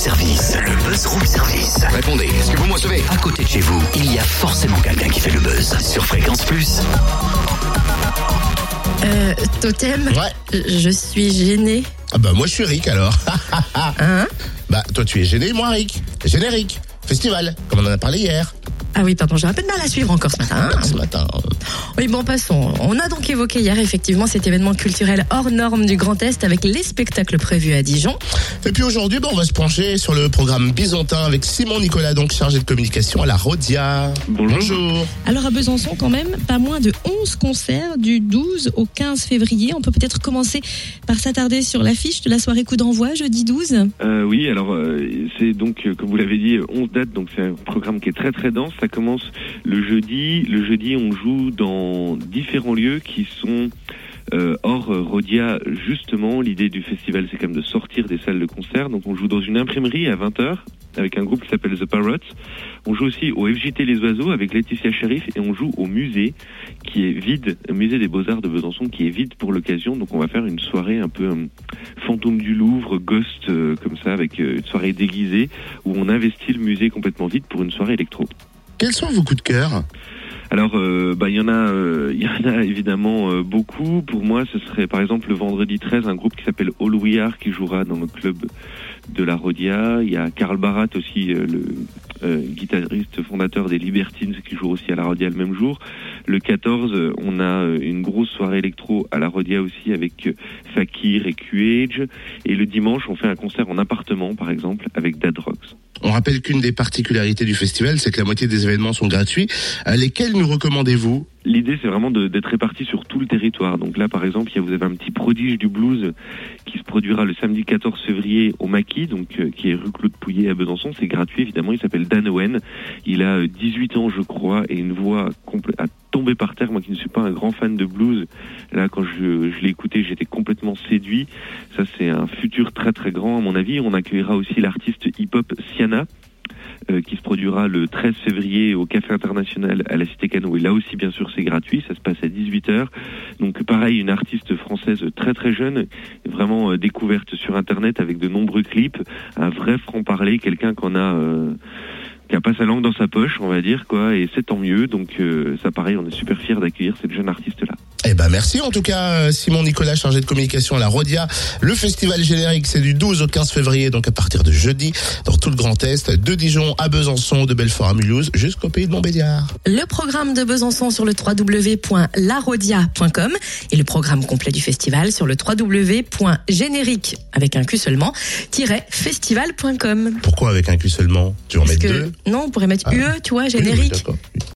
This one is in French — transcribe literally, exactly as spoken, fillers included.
service. Le buzz room service. Répondez, est-ce que vous me recevez? À côté de chez vous, il y a forcément quelqu'un qui fait le buzz. Sur Fréquence Plus. Euh, Totem, Ouais. je suis gênée. Ah bah moi je suis Rick alors. Hein? Bah toi tu es gêné, moi Rick. Générique. Festival, comme on en a parlé hier. Ah oui, pardon, j'ai un peu de mal à suivre encore ce matin. hein. Ce matin. Oui, bon, passons. On a donc évoqué hier, effectivement, cet événement culturel hors norme du Grand Est avec les spectacles prévus à Dijon. Et puis aujourd'hui, bah, on va se pencher sur le programme byzantin avec Simon Nicolas, donc chargé de communication à la Rodia. Bonjour. Bonjour. Alors à Besançon, quand même, pas moins de onze concerts du douze au quinze février. On peut peut-être commencer par s'attarder sur l'affiche de la soirée coup d'envoi, jeudi douze. Euh, oui, alors euh, c'est donc, euh, comme vous l'avez dit, onze dates, donc c'est un programme qui est très très dense. Ça commence le jeudi. Le jeudi, on joue dans différents lieux qui sont euh, hors euh, Rodia. Justement, l'idée du festival, c'est quand même de sortir des salles de concert. Donc on joue dans une imprimerie à vingt heures avec un groupe qui s'appelle The Parrots. On joue aussi au F J T Les Oiseaux avec Laetitia Sherif et on joue au musée qui est vide, le musée des Beaux-Arts de Besançon qui est vide pour l'occasion. Donc on va faire une soirée un peu euh, fantôme du Louvre, ghost euh, comme ça, avec euh, une soirée déguisée où on investit le musée complètement vide pour une soirée électro. Quels sont vos coups de cœur? Alors, euh, bah, il y en a, euh, il y en a évidemment euh, beaucoup. Pour moi, ce serait par exemple le vendredi treize, un groupe qui s'appelle All We Are qui jouera dans le club de la Rodia. Il y a Karl Barat aussi, euh, le euh, guitariste fondateur des Libertines, qui joue aussi à la Rodia le même jour. Le quatorze, on a une grosse soirée électro à la Rodia aussi avec Fakir et Q-Age. Et le dimanche, on fait un concert en appartement, par exemple, avec Dad Rocks. On rappelle qu'une des particularités du festival, c'est que la moitié des événements sont gratuits. Euh, lesquels nous recommandez-vous? L'idée, c'est vraiment de, d'être réparti sur tout le territoire. Donc là, par exemple, il y a, vous avez un petit prodige du blues qui se produira le samedi quatorze février au Maquis, donc euh, qui est rue Claude Pouillet à Besançon. C'est gratuit, évidemment. Il s'appelle Dan Owen. Il a euh, dix-huit ans, je crois, et une voix complète à tomber par terre. Moi qui ne suis pas un grand fan de blues, là, quand je, je l'ai écouté, j'étais complètement séduit. Ça, c'est un futur très très grand, à mon avis. On accueillera aussi l'artiste hip-hop Siana, Euh, qui se produira le treize février au Café International à la Cité Cano. Et là aussi, bien sûr, c'est gratuit. Ça se passe à dix-huit heures. Donc, pareil, une artiste française très très jeune, vraiment euh, découverte sur Internet avec de nombreux clips. Un vrai franc-parler, quelqu'un qu'on a... Euh, qui a pas sa langue dans sa poche, on va dire, quoi, et c'est tant mieux. Donc, euh, ça, pareil, on est super fiers d'accueillir cette jeune artiste-là. Eh ben merci en tout cas Simon Nicolas, chargé de communication à la Rodia. Le festival générique, c'est du douze au quinze février, donc à partir de jeudi, dans tout le Grand Est, de Dijon à Besançon, de Belfort à Mulhouse, jusqu'au pays de Montbéliard. Le programme de Besançon sur le w w w point la rodia point com et le programme complet du festival sur le w w w point générique, avec un Q seulement, festival point com. Pourquoi avec un Q seulement? Tu en mets deux? Non, on pourrait mettre Ah. U E, tu vois, Oui, générique. oui, d'accord.